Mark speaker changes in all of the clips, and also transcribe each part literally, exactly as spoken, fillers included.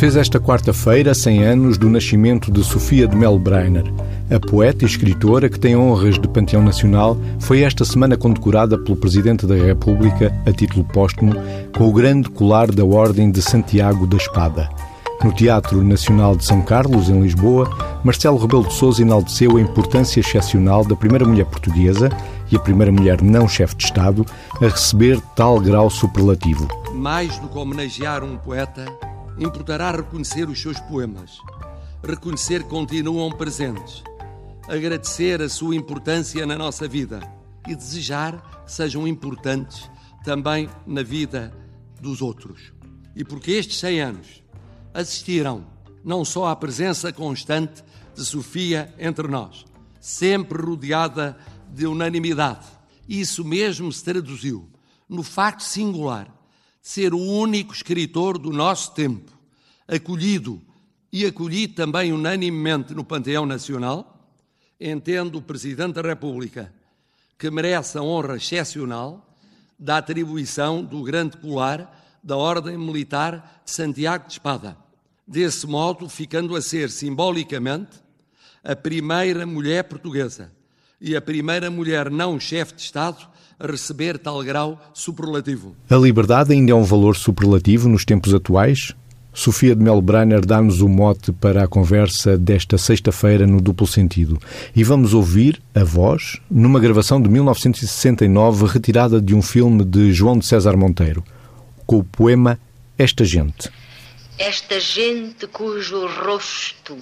Speaker 1: Fez esta quarta-feira cem anos do nascimento de Sofia de Melo Breiner. A poeta e escritora, que tem honras de Panteão Nacional, foi esta semana condecorada pelo Presidente da República, a título póstumo, com o grande colar da Ordem de Santiago da Espada. No Teatro Nacional de São Carlos, em Lisboa, Marcelo Rebelo de Sousa enalteceu a importância excepcional da primeira mulher portuguesa e a primeira mulher não chefe de Estado a receber tal grau superlativo.
Speaker 2: Mais do que homenagear um poeta, importará reconhecer os seus poemas, reconhecer que continuam presentes, agradecer a sua importância na nossa vida e desejar que sejam importantes também na vida dos outros. E porque estes cem anos assistirão não só à presença constante de Sofia entre nós, sempre rodeada de unanimidade. Isso mesmo se traduziu no facto singular de ser o único escritor do nosso tempo, acolhido e acolhido também unanimemente no Panteão Nacional. Entendo o Presidente da República que merece a honra excepcional da atribuição do grande colar da Ordem Militar de Santiago de Espada, desse modo ficando a ser simbolicamente a primeira mulher portuguesa e a primeira mulher não chefe de Estado a receber tal grau superlativo.
Speaker 1: A liberdade ainda é um valor superlativo nos tempos atuais? Sofia de Melo Breiner dá-nos o mote para a conversa desta sexta-feira no Duplo Sentido. E vamos ouvir a voz numa gravação de mil novecentos e sessenta e nove retirada de um filme de João de César Monteiro, com o poema Esta Gente.
Speaker 3: Esta gente cujo rosto,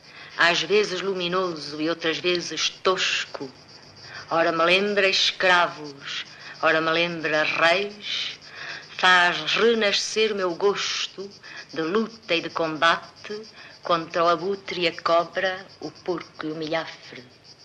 Speaker 3: às vezes luminoso e outras vezes tosco, ora me lembra escravos, ora me lembra reis, faz renascer o meu gosto de luta e de combate contra o abutre e a cobra, o porco e o milhafre.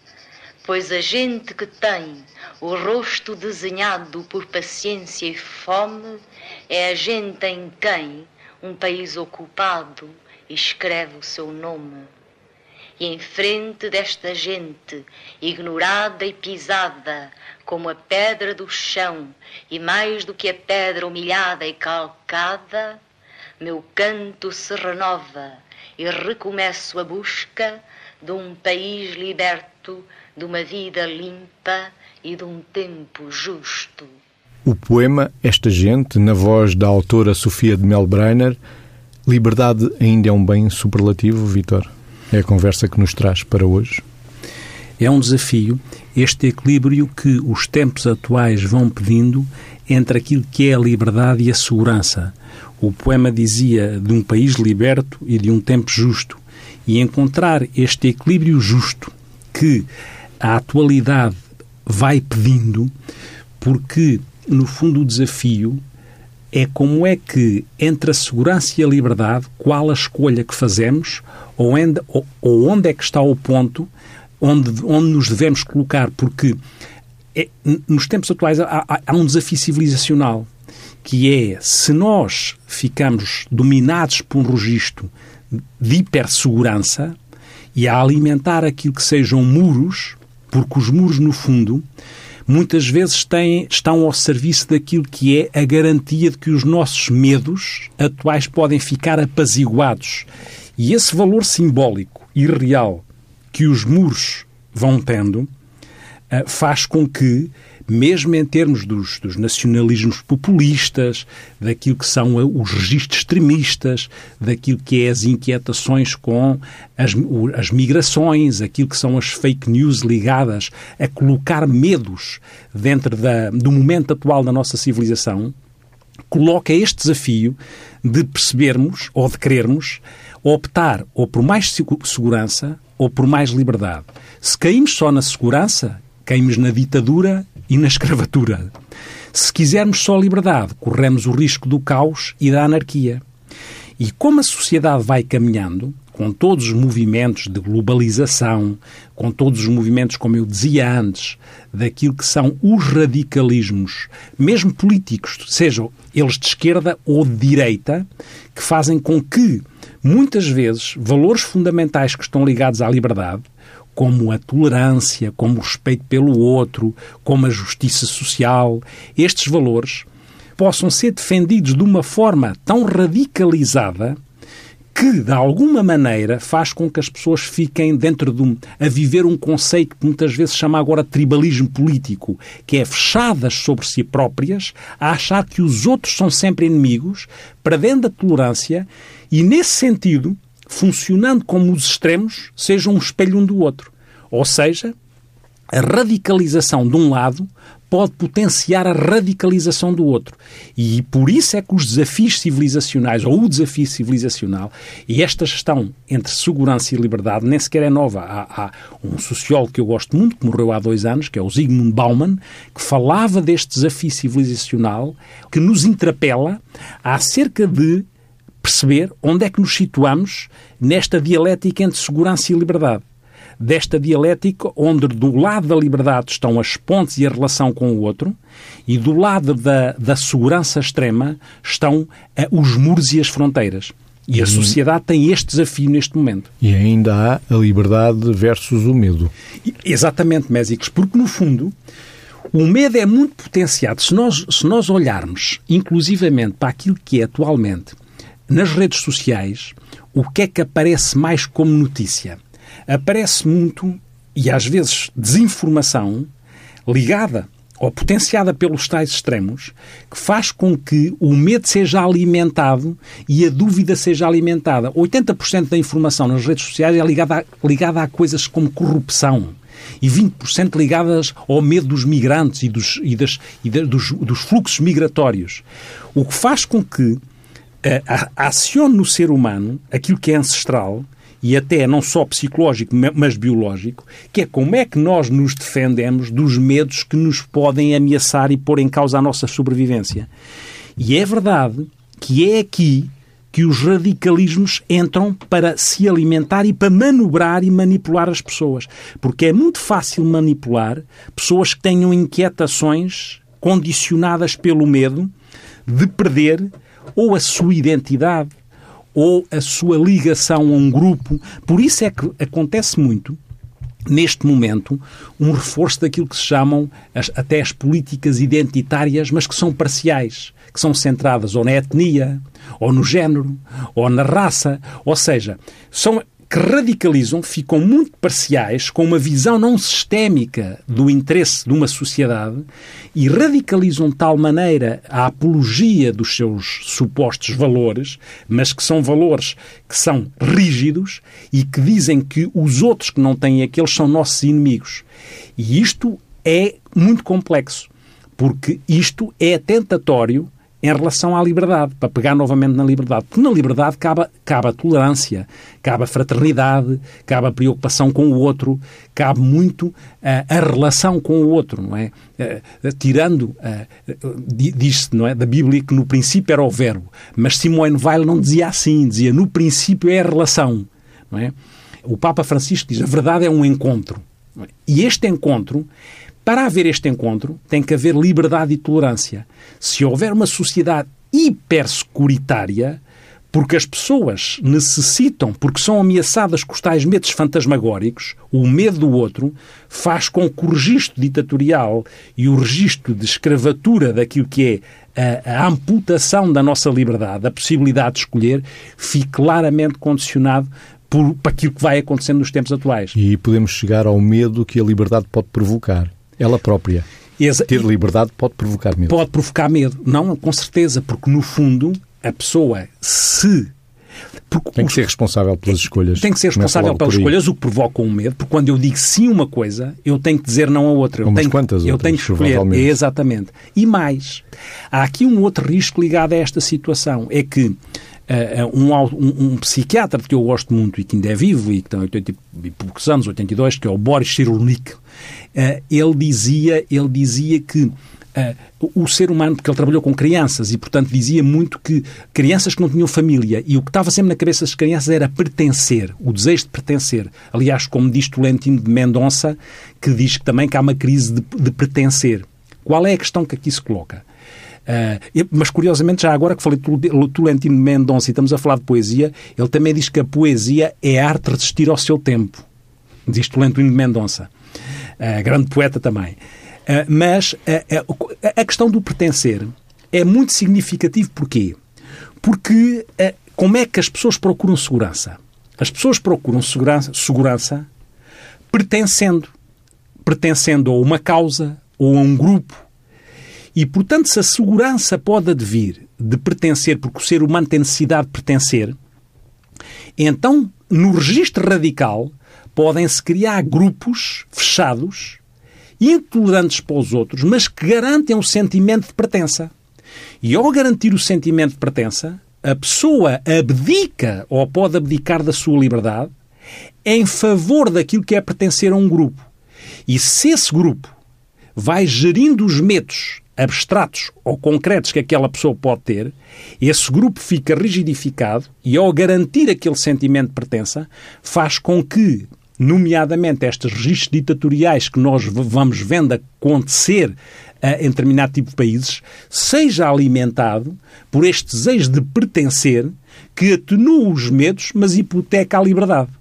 Speaker 3: Pois a gente que tem o rosto desenhado por paciência e fome é a gente em quem um país ocupado escreve o seu nome. E em frente desta gente, ignorada e pisada, como a pedra do chão, e mais do que a pedra humilhada e calcada, meu canto se renova e recomeço a busca de um país liberto, de uma vida limpa e de um tempo justo.
Speaker 1: O poema Esta Gente, na voz da autora Sofia de Melo Breiner. Liberdade ainda é um bem superlativo, Vítor? É a conversa que nos traz para hoje.
Speaker 4: É um desafio este equilíbrio que os tempos atuais vão pedindo entre aquilo que é a liberdade e a segurança. O poema dizia de um país liberto e de um tempo justo. E encontrar este equilíbrio justo que a atualidade vai pedindo, porque, no fundo, o desafio é como é que, entre a segurança e a liberdade, qual a escolha que fazemos ou onde, ou, ou onde é que está o ponto onde, onde nos devemos colocar, porque é, nos tempos atuais há, há, há um desafio civilizacional, que é, se nós ficamos dominados por um registro de hipersegurança e a alimentar aquilo que sejam muros, porque os muros, no fundo, muitas vezes têm, estão ao serviço daquilo que é a garantia de que os nossos medos atuais podem ficar apaziguados. E esse valor simbólico e real que os muros vão tendo faz com que, mesmo em termos dos, dos nacionalismos populistas, daquilo que são os registros extremistas, daquilo que é as inquietações com as, as migrações, aquilo que são as fake news ligadas a colocar medos dentro da, do momento atual da nossa civilização, coloca este desafio de percebermos ou de querermos optar ou por mais segurança ou por mais liberdade. Se caímos só na segurança, caímos na ditadura e na escravatura. Se quisermos só liberdade, corremos o risco do caos e da anarquia. E como a sociedade vai caminhando, com todos os movimentos de globalização, com todos os movimentos, como eu dizia antes, daquilo que são os radicalismos, mesmo políticos, sejam eles de esquerda ou de direita, que fazem com que, muitas vezes, valores fundamentais que estão ligados à liberdade, como a tolerância, como o respeito pelo outro, como a justiça social, estes valores possam ser defendidos de uma forma tão radicalizada que, de alguma maneira, faz com que as pessoas fiquem dentro de um... a viver um conceito que muitas vezes se chama agora tribalismo político, que é fechadas sobre si próprias, a achar que os outros são sempre inimigos, perdendo a tolerância e, nesse sentido, funcionando como os extremos, sejam um espelho um do outro. Ou seja, a radicalização de um lado pode potenciar a radicalização do outro. E por isso é que os desafios civilizacionais, ou o desafio civilizacional, e esta gestão entre segurança e liberdade, nem sequer é nova. Há, há um sociólogo que eu gosto muito, que morreu há dois anos, que é o Zygmunt Bauman, que falava deste desafio civilizacional, que nos interpela acerca de perceber onde é que nos situamos nesta dialética entre segurança e liberdade. Desta dialética onde do lado da liberdade estão as pontes e a relação com o outro e do lado da, da segurança extrema estão uh, os muros e as fronteiras. E a sociedade tem este desafio neste momento.
Speaker 1: E ainda há a liberdade versus o medo.
Speaker 4: E, exatamente, Mésicles, porque no fundo o medo é muito potenciado. Se nós, se nós olharmos inclusivamente para aquilo que é atualmente nas redes sociais, o que é que aparece mais como notícia? Aparece muito, e às vezes desinformação, ligada ou potenciada pelos tais extremos, que faz com que o medo seja alimentado e a dúvida seja alimentada. oitenta por cento da informação nas redes sociais é ligada a, ligada a coisas como corrupção e vinte por cento ligadas ao medo dos migrantes e, dos, e, das, e da, dos, dos fluxos migratórios. O que faz com que uh, acione no ser humano aquilo que é ancestral, e até não só psicológico, mas biológico, que é como é que nós nos defendemos dos medos que nos podem ameaçar e pôr em causa a nossa sobrevivência. E é verdade que é aqui que os radicalismos entram para se alimentar e para manobrar e manipular as pessoas. Porque é muito fácil manipular pessoas que tenham inquietações condicionadas pelo medo de perder ou a sua identidade, ou a sua ligação a um grupo. Por isso é que acontece muito, neste momento, um reforço daquilo que se chamam as, até as políticas identitárias, mas que são parciais, que são centradas ou na etnia, ou no género, ou na raça, ou seja, são que radicalizam, ficam muito parciais, com uma visão não sistémica do interesse de uma sociedade e radicalizam de tal maneira a apologia dos seus supostos valores, mas que são valores que são rígidos e que dizem que os outros que não têm aqueles são nossos inimigos. E isto é muito complexo, porque isto é tentatório em relação à liberdade, para pegar novamente na liberdade. Porque na liberdade cabe, cabe a tolerância, cabe a fraternidade, cabe a preocupação com o outro, cabe muito uh, a relação com o outro, não é? Uh, tirando, uh, diz-se, não é, da Bíblia que no princípio era o verbo, mas Simone Weil não dizia assim, dizia no princípio é a relação, não é? O Papa Francisco diz, a verdade é um encontro. Não é? E este encontro, para haver este encontro, tem que haver liberdade e tolerância. Se houver uma sociedade hipersecuritária, porque as pessoas necessitam, porque são ameaçadas com os tais medos fantasmagóricos, o medo do outro faz com que o registro ditatorial e o registro de escravatura daquilo que é a, a amputação da nossa liberdade, a possibilidade de escolher, fique claramente condicionado por, por aquilo que vai acontecendo nos tempos atuais.
Speaker 1: E podemos chegar ao medo que a liberdade pode provocar. Ela própria. Exa- Ter liberdade pode provocar medo.
Speaker 4: Pode provocar medo. Não, com certeza, porque no fundo a pessoa se...
Speaker 1: Porque tem que ser responsável pelas escolhas.
Speaker 4: Tem que ser responsável pelas escolhas, o que provoca um medo, porque quando eu digo sim uma coisa, eu tenho que dizer não a outra. Eu
Speaker 1: Umas
Speaker 4: tenho,
Speaker 1: quantas
Speaker 4: eu
Speaker 1: outras,
Speaker 4: tenho que escolher. Exatamente. E mais, há aqui um outro risco ligado a esta situação, é que Uh, um, um, um psiquiatra que eu gosto muito e que ainda é vivo e que tem oitenta e poucos anos, oitenta e dois, que é o Boris Cyrulnik, uh, ele, dizia, ele dizia que uh, o ser humano, porque ele trabalhou com crianças e, portanto, dizia muito que crianças que não tinham família e o que estava sempre na cabeça das crianças era pertencer, o desejo de pertencer. Aliás, como diz Tolentino de Mendonça, que diz que também que há uma crise de, de pertencer. Qual é a questão que aqui se coloca? Uh, mas, curiosamente, já agora que falei de Tolentino de Mendonça e estamos a falar de poesia, ele também diz que a poesia é a arte de resistir ao seu tempo. Diz Tolentino de Mendonça. Uh, grande poeta também. Uh, mas uh, uh, a questão do pertencer é muito significativo. Porquê? Porque uh, como é que as pessoas procuram segurança? As pessoas procuram segurança, segurança pertencendo. Pertencendo a uma causa ou a um grupo. E, portanto, se a segurança pode advir de pertencer, porque o ser humano tem necessidade de pertencer, então, no registro radical, podem-se criar grupos fechados, intolerantes para os outros, mas que garantem um sentimento de pertença. E, ao garantir o sentimento de pertença, a pessoa abdica ou pode abdicar da sua liberdade em favor daquilo que é pertencer a um grupo. E se esse grupo vai gerindo os medos abstratos ou concretos que aquela pessoa pode ter, esse grupo fica rigidificado e, ao garantir aquele sentimento de pertença, faz com que, nomeadamente, estes registros ditatoriais que nós vamos vendo acontecer uh, em determinado tipo de países, seja alimentado por este desejo de pertencer que atenua os medos, mas hipoteca a liberdade.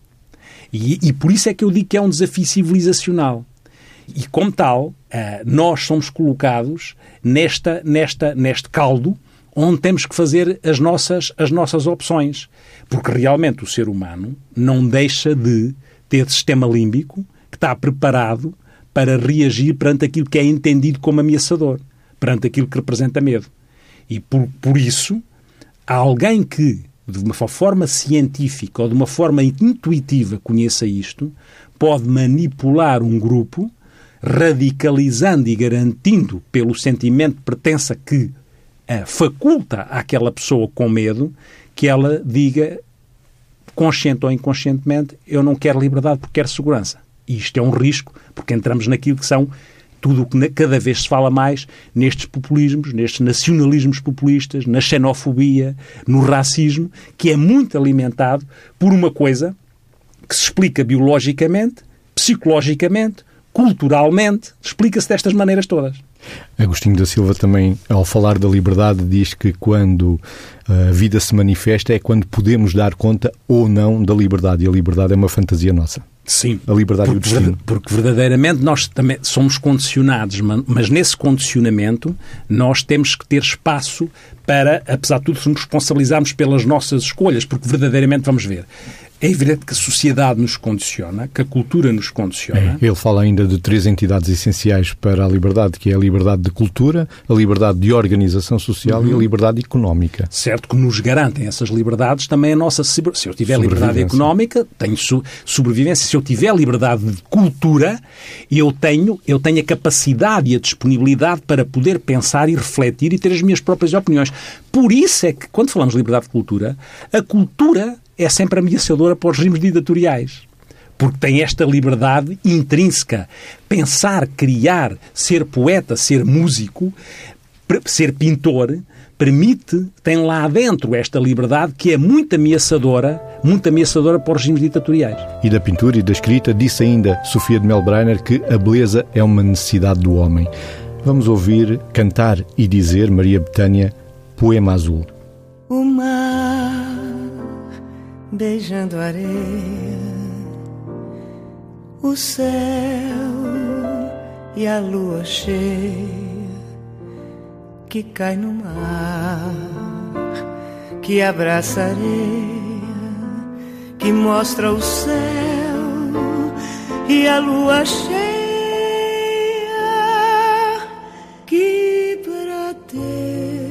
Speaker 4: E, e por isso é que eu digo que é um desafio civilizacional. E, como tal, nós somos colocados nesta, nesta, neste caldo onde temos que fazer as nossas, as nossas opções. Porque, realmente, o ser humano não deixa de ter sistema límbico que está preparado para reagir perante aquilo que é entendido como ameaçador, perante aquilo que representa medo. E, por, por isso, há alguém que, de uma forma científica ou de uma forma intuitiva, conheça isto, pode manipular um grupo radicalizando e garantindo pelo sentimento de pertença que uh, faculta àquela pessoa com medo que ela diga, consciente ou inconscientemente, eu não quero liberdade porque quero segurança. E isto é um risco, porque entramos naquilo que são tudo o que cada vez se fala mais nestes populismos, nestes nacionalismos populistas, na xenofobia, no racismo, que é muito alimentado por uma coisa que se explica biologicamente, psicologicamente, culturalmente, explica-se destas maneiras todas.
Speaker 1: Agostinho da Silva também, ao falar da liberdade, diz que quando a vida se manifesta é quando podemos dar conta ou não da liberdade. E a liberdade é uma fantasia nossa.
Speaker 4: Sim.
Speaker 1: A liberdade
Speaker 4: porque,
Speaker 1: e o destino.
Speaker 4: Porque verdadeiramente nós também somos condicionados, mas nesse condicionamento nós temos que ter espaço para, apesar de tudo, nos responsabilizarmos pelas nossas escolhas, porque verdadeiramente, vamos ver, é evidente que a sociedade nos condiciona, que a cultura nos condiciona.
Speaker 1: É, ele fala ainda de três entidades essenciais para a liberdade, que é a liberdade de cultura, a liberdade de organização social uhum. e a liberdade económica.
Speaker 4: Certo que nos garantem essas liberdades também a nossa... Se eu tiver liberdade económica, tenho sobrevivência. Se eu tiver liberdade de cultura, eu tenho, eu tenho a capacidade e a disponibilidade para poder pensar e refletir e ter as minhas próprias opiniões. Por isso é que, quando falamos de liberdade de cultura, a cultura é sempre ameaçadora para os regimes ditatoriais. Porque tem esta liberdade intrínseca. Pensar, criar, ser poeta, ser músico, ser pintor, permite, tem lá dentro esta liberdade que é muito ameaçadora, muito ameaçadora para os regimes ditatoriais.
Speaker 1: E da pintura e da escrita, disse ainda Sofia de Melbrenner que a beleza é uma necessidade do homem. Vamos ouvir cantar e dizer Maria Bethânia, Poema Azul.
Speaker 5: O mar beijando a areia, o céu e a lua cheia que cai no mar, que abraça a areia, que mostra o céu e a lua cheia que prateia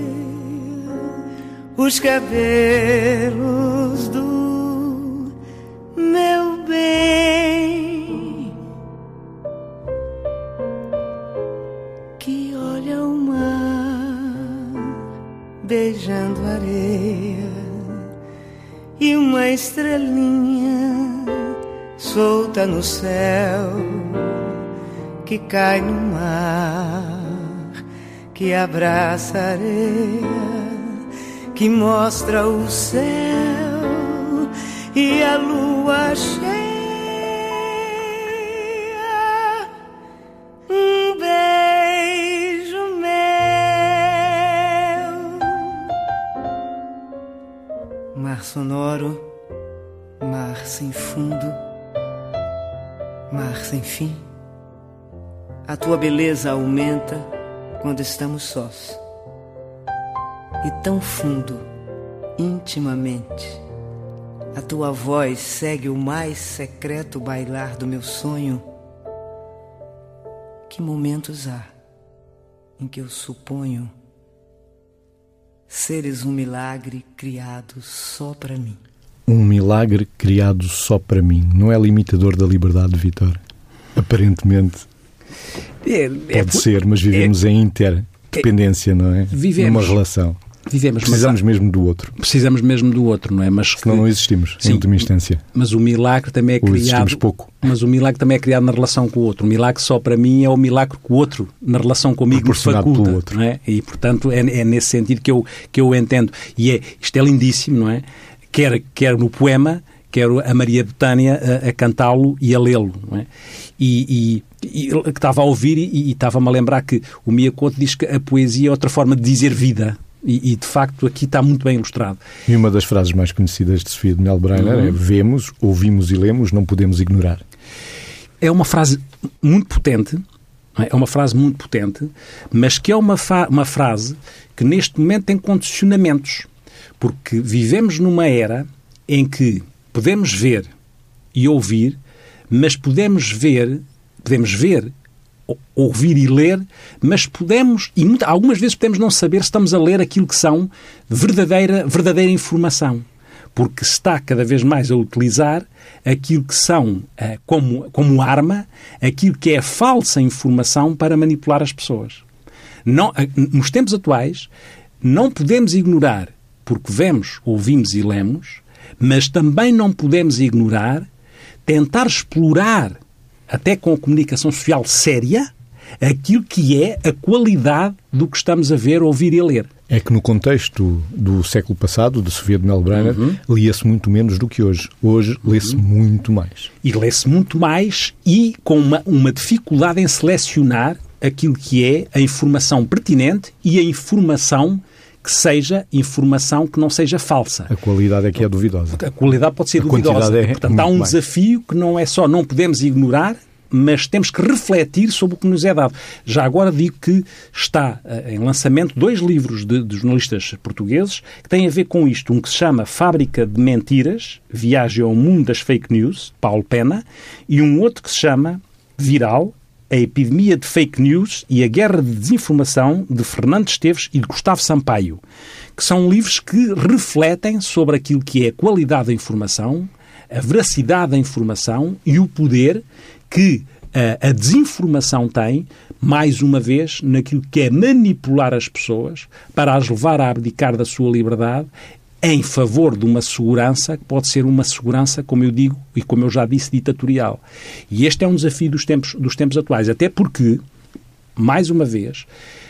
Speaker 5: os cabelos do meu bem, que olha o mar beijando a areia e uma estrelinha solta no céu que cai no mar, que abraça a areia, que mostra o céu e a lua cheia. Um beijo meu. Mar sonoro, mar sem fundo, mar sem fim. A tua beleza aumenta quando estamos sós. E tão fundo intimamente. A tua voz segue o mais secreto bailar do meu sonho. Que momentos há em que eu suponho seres um milagre criado só para mim.
Speaker 1: Um milagre criado só para mim. Não é limitador da liberdade, Vítor? Aparentemente
Speaker 4: é,
Speaker 1: pode
Speaker 4: é,
Speaker 1: ser, mas vivemos é, em interdependência, é, não é?
Speaker 4: Vivemos.
Speaker 1: Numa relação.
Speaker 4: Vivemos,
Speaker 1: Precisamos
Speaker 4: mas,
Speaker 1: mesmo do outro.
Speaker 4: Precisamos mesmo do outro, não é? Mas
Speaker 1: senão
Speaker 4: que,
Speaker 1: não existimos, sim, em última instância.
Speaker 4: Mas o milagre também é
Speaker 1: Ou
Speaker 4: criado...
Speaker 1: existimos pouco.
Speaker 4: Mas o milagre também é criado na relação com o outro. O milagre só para mim é o milagre que o outro, na relação comigo, me faculta. Pelo outro. Não é? E, portanto, é, é nesse sentido que eu, que eu entendo. E é, isto é lindíssimo, não é? Quer, quer no poema, quer a Maria Bethânia a, a cantá-lo e a lê-lo, não é? E... e que estava a ouvir e, e estava-me a lembrar que o Mia Couto diz que a poesia é outra forma de dizer vida. E, e, de facto, aqui está muito bem ilustrado.
Speaker 1: E uma das frases mais conhecidas de Sofia de Melbrenner uhum. é: vemos, ouvimos e lemos, não podemos ignorar.
Speaker 4: É uma frase muito potente, é uma frase muito potente, mas que é uma, uma frase que neste momento tem condicionamentos, porque vivemos numa era em que podemos ver e ouvir, mas podemos ver, podemos ver ouvir e ler, mas podemos, e muitas, algumas vezes podemos não saber se estamos a ler aquilo que são verdadeira, verdadeira informação, porque se está cada vez mais a utilizar aquilo que são, como, como arma, aquilo que é falsa informação para manipular as pessoas. Não, nos tempos atuais, não podemos ignorar, porque vemos, ouvimos e lemos, mas também não podemos ignorar, tentar explorar até com a comunicação social séria, aquilo que é a qualidade do que estamos a ver, ouvir e a ler.
Speaker 1: É que no contexto do século passado, de Sofia de Melbrenner, uhum. lia-se muito menos do que hoje. Hoje uhum. lê-se muito mais.
Speaker 4: E lê-se muito mais e com uma, uma dificuldade em selecionar aquilo que é a informação pertinente e a informação que seja informação que não seja falsa.
Speaker 1: A qualidade é que é duvidosa.
Speaker 4: A qualidade pode ser a duvidosa. É Portanto, há um mais. desafio que não é só não podemos ignorar, mas temos que refletir sobre o que nos é dado. Já agora digo que está uh, em lançamento dois livros de, de jornalistas portugueses que têm a ver com isto. Um que se chama Fábrica de Mentiras, Viagem ao Mundo das Fake News, Paulo Pena, e um outro que se chama Viral, A Epidemia de Fake News e a Guerra de Desinformação, de Fernando Esteves e de Gustavo Sampaio, que são livros que refletem sobre aquilo que é a qualidade da informação, a veracidade da informação e o poder que a, a desinformação tem, mais uma vez, naquilo que é manipular as pessoas para as levar a abdicar da sua liberdade em favor de uma segurança que pode ser uma segurança, como eu digo, e como eu já disse, ditatorial. E este é um desafio dos tempos, dos tempos atuais, até porque, mais uma vez,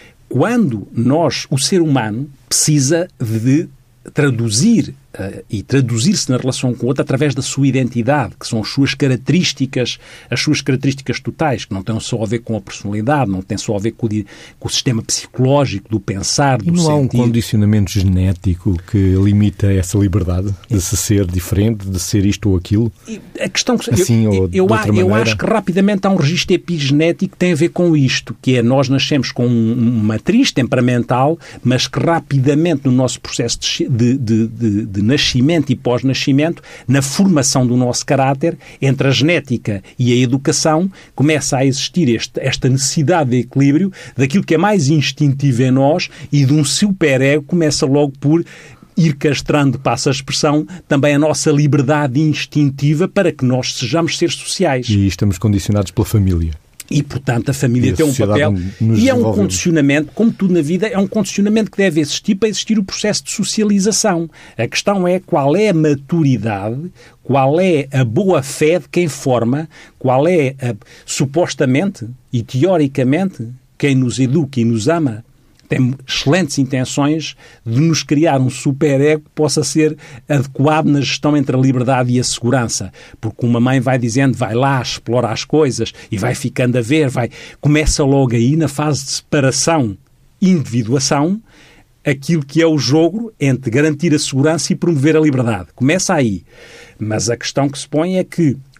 Speaker 4: quando nós, o ser humano, precisa de traduzir uh, e traduzir-se na relação com o outro através da sua identidade, que são as suas características, as suas características totais, que não têm só a ver com a personalidade, não têm só a ver com o, com o sistema psicológico, do pensar, do sentir. E não há um
Speaker 1: condicionamento genético que limita essa liberdade de se ser diferente, de ser isto ou aquilo?
Speaker 4: E a questão que
Speaker 1: assim,
Speaker 4: eu,
Speaker 1: ou
Speaker 4: eu,
Speaker 1: de outra
Speaker 4: eu
Speaker 1: maneira?
Speaker 4: acho que rapidamente há um registro epigenético que tem a ver com isto, que é nós nascemos com uma matriz temperamental, mas que rapidamente no nosso processo de De, de, de, de nascimento e pós-nascimento, na formação do nosso caráter, entre a genética e a educação, começa a existir este, esta necessidade de equilíbrio daquilo que é mais instintivo em nós e de um superego começa logo por ir castrando, passa a expressão, também a nossa liberdade instintiva para que nós sejamos seres sociais.
Speaker 1: E estamos condicionados pela família.
Speaker 4: E, portanto, a família tem um papel e é um condicionamento, como tudo na vida, é um condicionamento que deve existir para existir o processo de socialização. A questão é qual é a maturidade, qual é a boa-fé de quem forma, qual é, a, supostamente e teoricamente, quem nos educa e nos ama, tem excelentes intenções de nos criar um superego que possa ser adequado na gestão entre a liberdade e a segurança. Porque uma mãe vai dizendo, vai lá, explora as coisas e vai ficando a ver, vai... começa logo aí na fase de separação, individuação, aquilo que é o jogo entre garantir a segurança e promover a liberdade. Começa aí. Mas a questão que se põe é que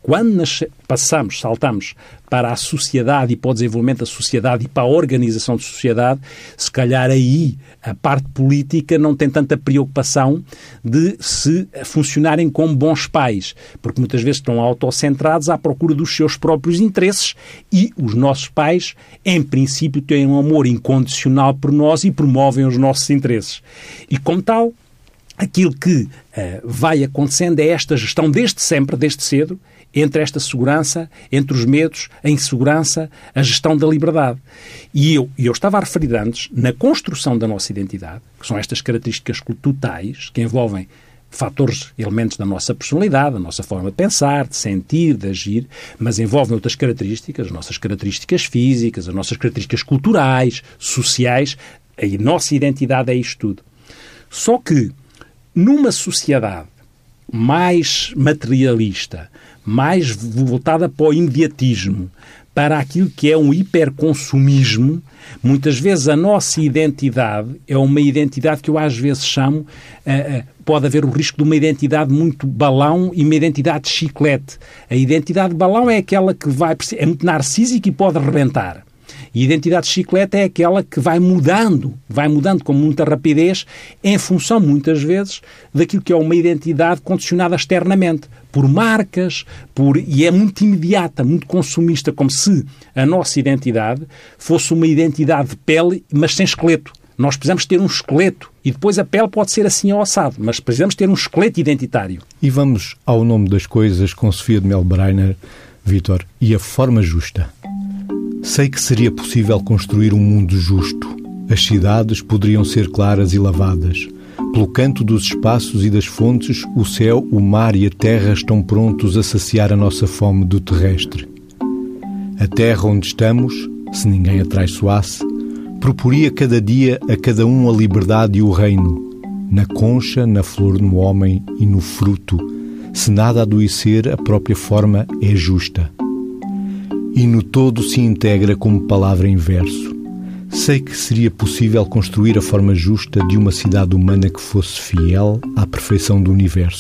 Speaker 4: Quando nas, passamos, saltamos para a sociedade e para o desenvolvimento da sociedade e para a organização de sociedade, se calhar aí a parte política não tem tanta preocupação de se funcionarem como bons pais, porque muitas vezes estão autocentrados à procura dos seus próprios interesses e os nossos pais, em princípio, têm um amor incondicional por nós e promovem os nossos interesses. E como tal, aquilo que uh, vai acontecendo é esta gestão desde sempre, desde cedo, entre esta segurança, entre os medos, a insegurança, a gestão da liberdade. E eu, eu estava a referir antes, na construção da nossa identidade, que são estas características totais, que envolvem fatores, elementos da nossa personalidade, da nossa forma de pensar, de sentir, de agir, mas envolvem outras características, as nossas características físicas, as nossas características culturais, sociais. A nossa identidade é isto tudo. Só que, numa sociedade mais materialista, mais voltada para o imediatismo, para aquilo que é um hiperconsumismo, muitas vezes a nossa identidade é uma identidade que eu às vezes chamo, uh, uh, pode haver o risco de uma identidade muito balão e uma identidade de chiclete. A identidade de balão é aquela que vai, é muito narcísica e pode arrebentar. E a identidade de chiclete é aquela que vai mudando, vai mudando com muita rapidez em função, muitas vezes, daquilo que é uma identidade condicionada externamente, por marcas, por, e é muito imediata, muito consumista, como se a nossa identidade fosse uma identidade de pele, mas sem esqueleto. Nós precisamos ter um esqueleto e depois a pele pode ser assim ao assado, mas precisamos ter um esqueleto identitário.
Speaker 1: E vamos ao nome das coisas com Sofia de Melbrenner, Vítor, e a forma justa. Sei que seria possível construir um mundo justo. As cidades poderiam ser claras e lavadas. Pelo canto dos espaços e das fontes, o céu, o mar e a terra estão prontos a saciar a nossa fome do terrestre. A terra onde estamos, se ninguém a traiçoasse, proporia cada dia a cada um a liberdade e o reino, na concha, na flor, no homem e no fruto. Se nada adoecer, a própria forma é justa. E no todo se integra como palavra em verso. Sei que seria possível construir a forma justa de uma cidade humana que fosse fiel à perfeição do universo.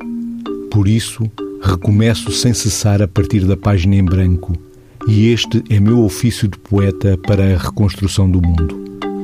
Speaker 1: Por isso, recomeço sem cessar a partir da página em branco, e este é meu ofício de poeta para a reconstrução do mundo.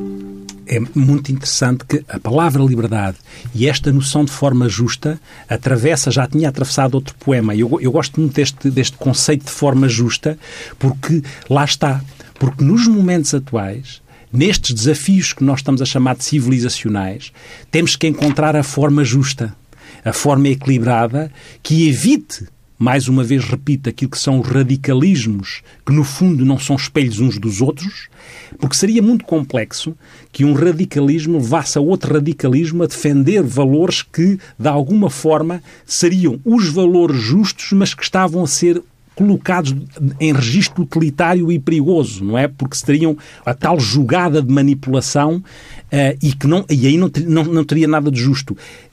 Speaker 4: É muito interessante que a palavra liberdade e esta noção de forma justa atravessa, já tinha atravessado outro poema. Eu, eu gosto muito deste, deste conceito de forma justa, porque lá está. Porque nos momentos atuais, nestes desafios que nós estamos a chamar de civilizacionais, temos que encontrar a forma justa, a forma equilibrada, que evite, mais uma vez repito, aquilo que são os radicalismos, que no fundo não são espelhos uns dos outros, porque seria muito complexo que um radicalismo levasse a outro radicalismo a defender valores que, de alguma forma, seriam os valores justos, mas que estavam a ser colocados em registro utilitário e perigoso, não é? Porque teriam a tal jogada de manipulação uh, e que não, e aí não, não, não teria nada de justo.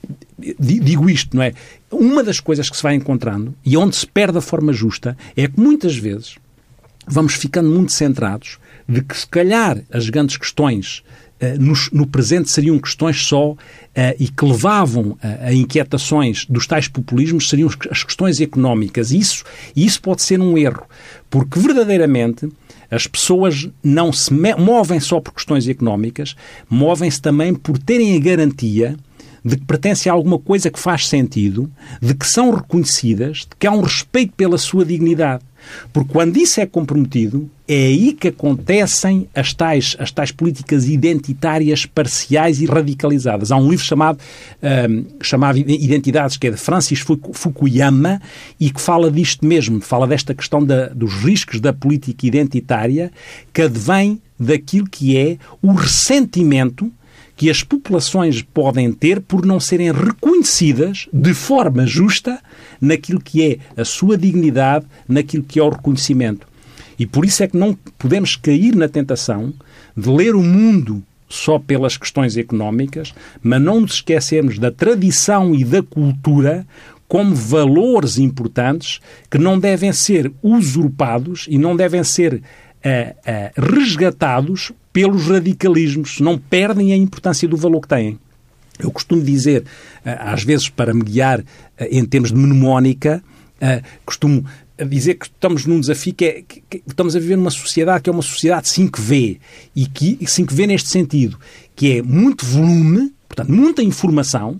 Speaker 4: Digo isto, não é? Uma das coisas que se vai encontrando e onde se perde a forma justa é que muitas vezes vamos ficando muito centrados de que se calhar as grandes questões uh, no, no presente seriam questões só uh, e que levavam uh, a inquietações dos tais populismos seriam as questões económicas. E isso, isso pode ser um erro, porque verdadeiramente as pessoas não se movem só por questões económicas, movem-se também por terem a garantia de que pertencem a alguma coisa que faz sentido, de que são reconhecidas, de que há um respeito pela sua dignidade. Porque quando isso é comprometido, é aí que acontecem as tais, as tais políticas identitárias parciais e radicalizadas. Há um livro chamado, um, chamado Identidades, que é de Francis Fukuyama, e que fala disto mesmo, fala desta questão da, dos riscos da política identitária, que advém daquilo que é o ressentimento que as populações podem ter por não serem reconhecidas de forma justa naquilo que é a sua dignidade, naquilo que é o reconhecimento. E por isso é que não podemos cair na tentação de ler o mundo só pelas questões económicas, mas não nos esquecermos da tradição e da cultura como valores importantes que não devem ser usurpados e não devem ser uh, uh, resgatados pelos radicalismos, não perdem a importância do valor que têm. Eu costumo dizer, às vezes para me guiar em termos de mnemónica, Uh, costumo dizer que estamos num desafio que é que, que estamos a viver numa sociedade que é uma sociedade cinco V, e que cinco V neste sentido, que é muito volume, portanto, muita informação,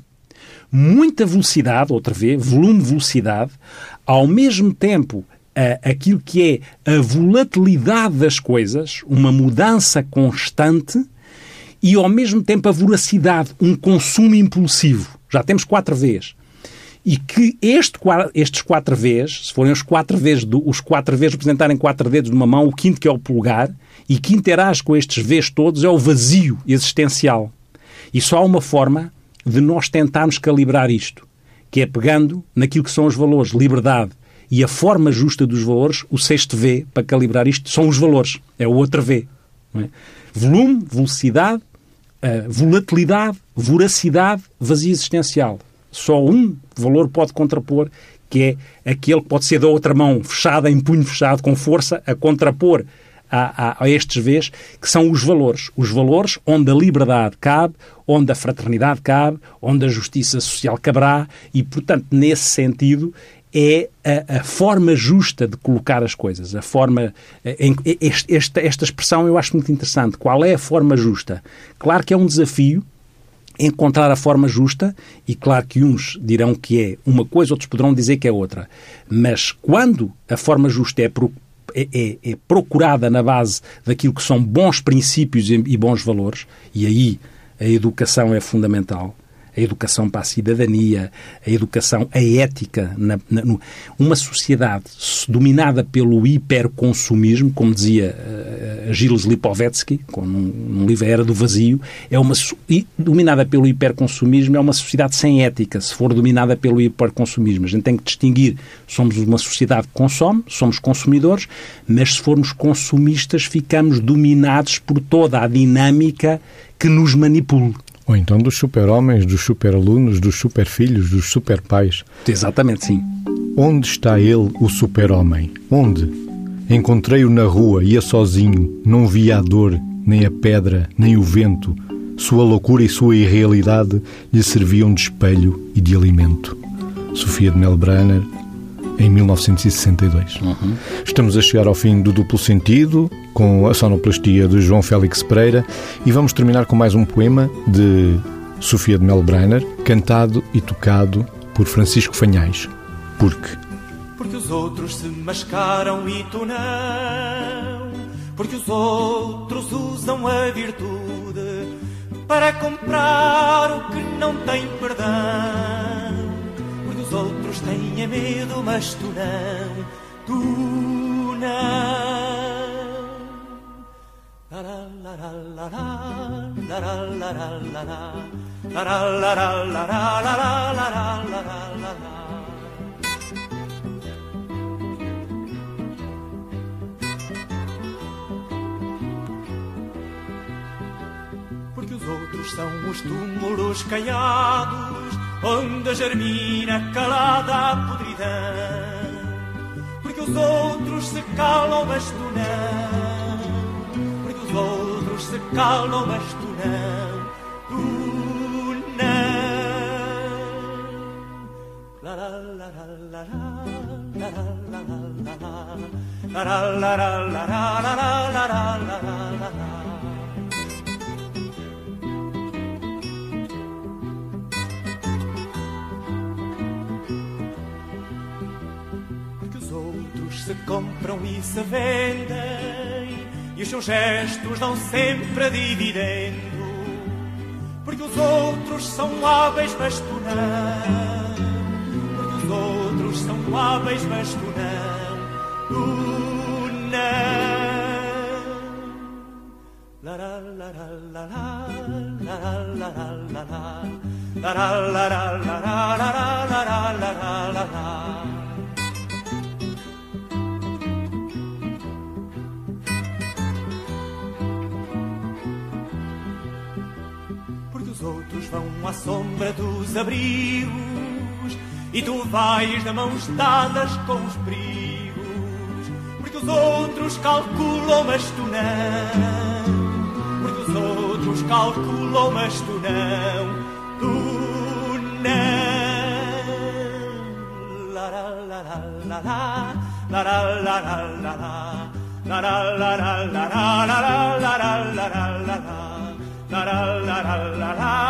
Speaker 4: muita velocidade, outra vez, volume, velocidade, ao mesmo tempo uh, aquilo que é a volatilidade das coisas, uma mudança constante, e ao mesmo tempo a voracidade, um consumo impulsivo. Já temos quatro Vs. E que este, estes quatro Vs, se forem os quatro Vs, do, os quatro Vs representarem quatro dedos de uma mão, o quinto, que é o polegar, e que interage com estes Vs todos, é o vazio existencial. E só há uma forma de nós tentarmos calibrar isto, que é pegando naquilo que são os valores, liberdade, e a forma justa dos valores, o sexto V, para calibrar isto, são os valores. É o outro V. Não é? Volume, velocidade, uh, volatilidade, voracidade, vazio existencial. Só um valor pode contrapor, que é aquele que pode ser da outra mão, fechada, em punho fechado, com força, a contrapor a, a, a estes Vs, que são os valores. Os valores onde a liberdade cabe, onde a fraternidade cabe, onde a justiça social caberá, e, portanto, nesse sentido, é a, a forma justa de colocar as coisas. A forma... Em, esta, esta expressão eu acho muito interessante. Qual é a forma justa? Claro que é um desafio encontrar a forma justa, e claro que uns dirão que é uma coisa, outros poderão dizer que é outra. Mas quando a forma justa é, pro, é, é, é procurada na base daquilo que são bons princípios e, e bons valores, e aí a educação é fundamental, a educação para a cidadania, a educação, a ética. Na, na, no, uma sociedade dominada pelo hiperconsumismo, como dizia uh, Gilles Lipovetsky, com, num, num livro A Era do Vazio, é uma, e, dominada pelo hiperconsumismo, é uma sociedade sem ética, se for dominada pelo hiperconsumismo. A gente tem que distinguir, somos uma sociedade que consome, somos consumidores, mas se formos consumistas, ficamos dominados por toda a dinâmica que nos manipula.
Speaker 1: Ou então dos super-homens, dos super-alunos, dos super-filhos, dos super-pais.
Speaker 4: Exatamente, sim.
Speaker 1: Onde está ele, o super-homem? Onde? Encontrei-o na rua, ia sozinho, não via a dor, nem a pedra, nem o vento. Sua loucura e sua irrealidade lhe serviam de espelho e de alimento. Sofia de Melbrenner, em mil novecentos e sessenta e dois. Uhum. Estamos a chegar ao fim do Duplo Sentido, com a sonoplastia de João Félix Pereira, e vamos terminar com mais um poema de Sofia de Melbrenner, cantado e tocado por Francisco Fanhais. Porque?
Speaker 6: Porque os outros se mascaram e tu não. Porque os outros usam a virtude para comprar o que não tem perdão. Porque os outros têm medo, mas tu não. Tu não. La la la la la la la la la la la la la la la la la la. Porque os outros são os túmulos caiados, onde germina calada a podridão. Porque os outros se calam, mas tu não. Porque os outros se calam, mas tu não. Tu não. La la la la la la la la la la la la la la. Se compram e se vendem, e os seus gestos dão sempre dividendo. Porque os outros são hábeis, mas tu não. Porque os outros são hábeis, mas tu não. Tu não. La la la la la la la la la la la la la la la la la la. Os outros vão à sombra dos abrigos e tu vais de mãos dadas com os perigos. Porque os outros calculam, mas tu não. Porque os outros calculam, mas tu não. Tu não. La, la, la. la la la